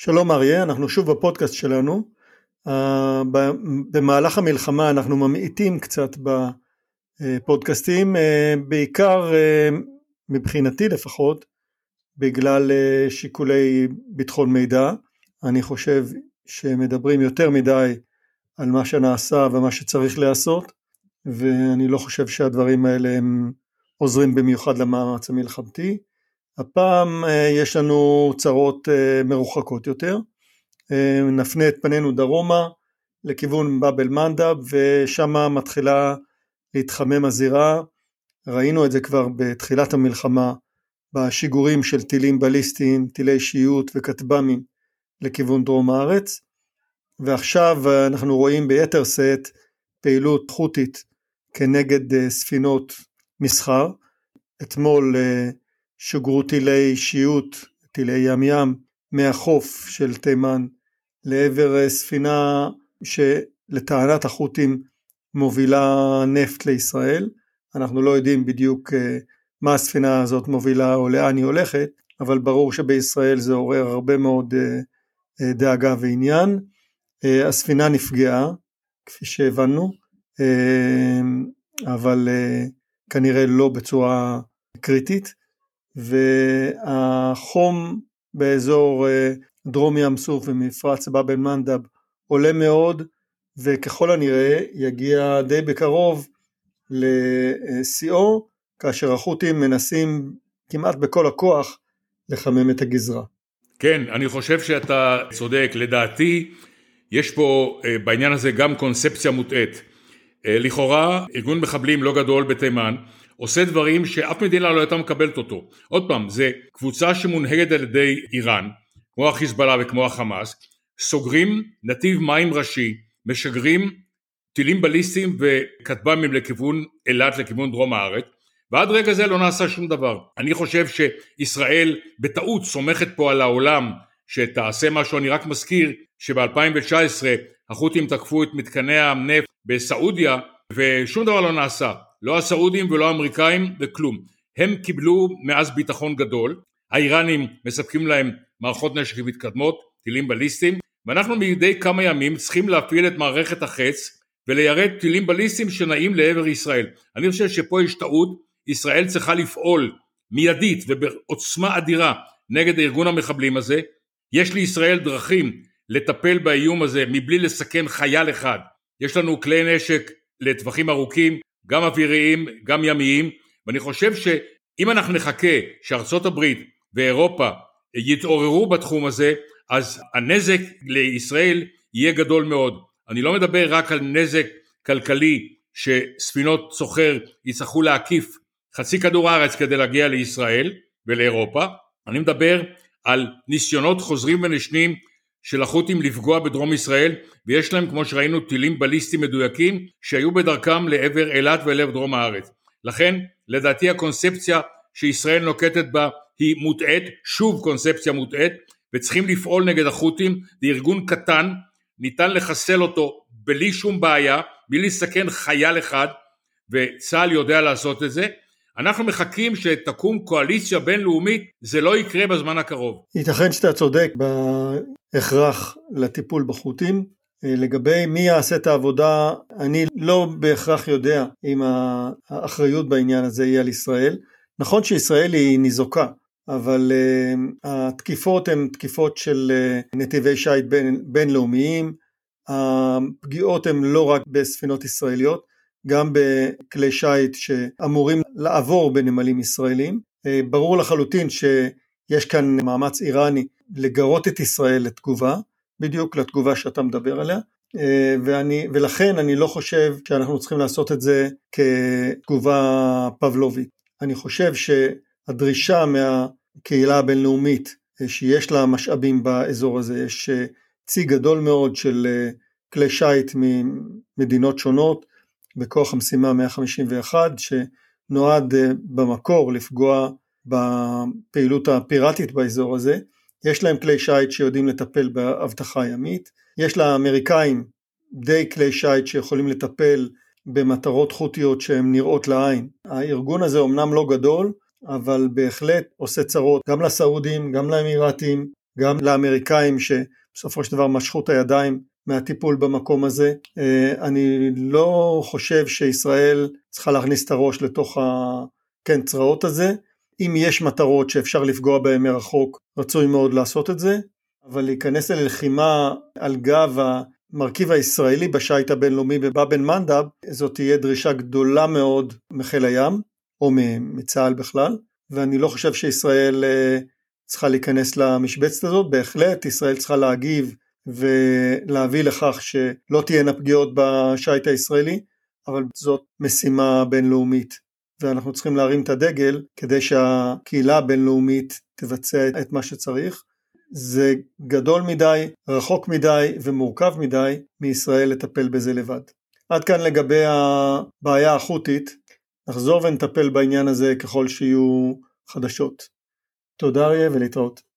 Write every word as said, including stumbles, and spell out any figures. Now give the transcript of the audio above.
שלום אריה, אנחנו שוב בפודקאסט שלנו. Uh, במהלך המלחמה אנחנו ממעיטים קצת בפודקאסטים, uh, בעיקר uh, מבחינתי לפחות, בגלל uh, שיקולי ביטחון מידע. אני חושב שמדברים יותר מדי על מה שנעשה ומה שצריך לעשות, ואני לא חושב שהדברים האלה הם עוזרים במיוחד למאמץ המלחמתי. הפעם uh, יש לנו צרות uh, מרוחקות יותר. uh, נפנה את פנינו דרומה לכיוון באב אל מנדב, ושם מתחילה להתחמם הזירה. ראינו את זה כבר בתחילת המלחמה בשיגורים של טילים בליסטיים, טילי שיוט וכטב"מים לכיוון דרום הארץ, ועכשיו uh, אנחנו רואים ביתר שאת פעילות חותית כנגד uh, ספינות מסחר. אתמול uh, שוגרו טילי שיוט, טילי ים ים, מהחוף של תימן לעבר ספינה שלטענת החות'ים מובילה נפט לישראל. אנחנו לא יודעים בדיוק מה הספינה הזאת מובילה או לאן היא הולכת, אבל ברור שבישראל זה עורר הרבה מאוד דאגה ועניין. הספינה נפגעה, כפי שהבנו, אבל כנראה לא בצורה קריטית. והחום באזור דרום ים סוף ומפרץ באב אל מנדב עולה מאוד, וככל הנראה יגיע די בקרוב לשיאו, כאשר החות'ים מנסים כמעט בכל הכוח לחמם את הגזרה. כן, אני חושב שאתה צודק. לדעתי יש פה בעניין הזה גם קונספציה מוטעית. לכאורה ארגון מחבלים לא גדול בתימן עושה דברים שאף מדינה לא הייתה מקבלת אותו. עוד פעם, זה קבוצה שמונהגת על ידי איראן, כמו החיזבאללה וכמו החמאס, סוגרים נתיב מים ראשי, משגרים טילים בליסטיים וכטב"מים לכיוון אילת, לכיוון דרום הארץ, ועד רגע זה לא נעשה שום דבר. אני חושב שישראל בטעות סומכת פה על העולם שתעשה משהו. אני רק מזכיר שב-אלפיים תשע עשרה החות'ים תקפו את מתקני הנפט בסעודיה, ושום דבר לא נעשה. לא הסעודים ולא האמריקאים וכלום. הם קיבלו מאז ביטחון גדול, האיראנים מספקים להם מערכות נשק מתקדמות, טילים בליסטיים, ואנחנו מדי כמה ימים צריכים להפעיל את מערכת החץ, וליירד טילים בליסטיים שנעים לעבר ישראל. אני חושב שפה יש טעות. ישראל צריכה לפעול מיידית ובעוצמה אדירה נגד ארגון המחבלים הזה. יש לישראל דרכים לטפל באיום הזה מבלי לסכן חייל אחד. יש לנו כלי נשק לטווחים ארוכים, גם אוויריים, גם ימיים, ואני חושב שאם אנחנו נחכה שארצות הברית ואירופה יתעוררו בתחום הזה, אז הנזק לישראל יהיה גדול מאוד. אני לא מדבר רק על נזק כלכלי, שספינות סוחר יצטרכו להקיף חצי כדור הארץ כדי להגיע לישראל ולאירופה. אני מדבר על ניסיונות חוזרים ונשנים של החות'ים לפגוע בדרום ישראל, ויש להם, כמו שראינו, טילים בליסטיים מדויקים שהיו בדרכם לעבר אילת ולעבר דרום הארץ. לכן, לדעתי הקונספציה שישראל נוקטת בה היא מוטעית, שוב קונספציה מוטעית, וצריכים לפעול נגד החות'ים. זה ארגון קטן, ניתן לחסל אותו בלי שום בעיה, בלי לסכן חייל אחד, וצה"ל יודע לעשות את זה. אנחנו מחכים שתקום קואליציה בינלאומית, זה לא יקרה בזמן הקרוב. ייתכן שאתה צודק בהכרח לטיפול בחות'ים. לגבי מי יעשה את העבודה, אני לא בהכרח יודע אם האחריות בעניין הזה היא על ישראל. נכון שישראל היא ניזוקה, אבל uh, התקיפות הן תקיפות של uh, נתיבי שייט בין, בינלאומיים. הפגיעות הן לא רק בספינות ישראליות, גם בכלי שייט שאמורים לעבור בנמלים ישראלים. ברור לחלוטין שיש כאן מאמץ איראני לגרות את ישראל לתגובה, בדיוק לתגובה שאתה מדבר עליה, ואני, ולכן אני לא חושב שאנחנו צריכים לעשות את זה כתגובה פבלובית. אני חושב שהדרישה מהקהילה הבינלאומית שיש לה משאבים באזור הזה, יש צי גדול מאוד של כלי שייט ממדינות שונות, בכוח המשימה מאה חמישים ואחת, שנועד במקור לפגוע בפעילות הפיראטית באזור הזה. יש להם כלי שייט שיודעים לטפל באבטחה ימית, יש לאמריקאים די כלי שייט שיכולים לטפל במטרות חותיות שהן נראות לעין. הארגון הזה אומנם לא גדול, אבל בהחלט עושה צרות גם לסעודים, גם לאמירתים, גם לאמריקאים שבסופו של דבר משכו את הידיים מהטיפול במקום הזה. אני לא חושב שישראל צריכה להכניס את הראש לתוך הקנצראות הזה. אם יש מטרות שאפשר לפגוע בהן מרחוק, רצוי מאוד לעשות את זה, אבל להיכנס ללחימה על גב המרכיב הישראלי בשייט הבינלאומי בבאב אל מנדב, זאת תהיה דרישה גדולה מאוד מחיל הים, או מצה"ל בכלל, ואני לא חושב שישראל צריכה להיכנס למשבצת הזאת. בהחלט ישראל צריכה להגיב ולהביא לכך שלא תהיינה פגיעות בשייט הישראלי, אבל זאת משימה בינלאומית, ואנחנו צריכים להרים את הדגל כדי שהקהילה הבינלאומית תבצע את מה שצריך. זה גדול מדי, רחוק מדי ומורכב מדי מישראל לטפל בזה לבד. עד כאן לגבי הבעיה החותית, נחזור ונטפל בעניין הזה ככל שיהיו חדשות. תודה אריה ולהתראות.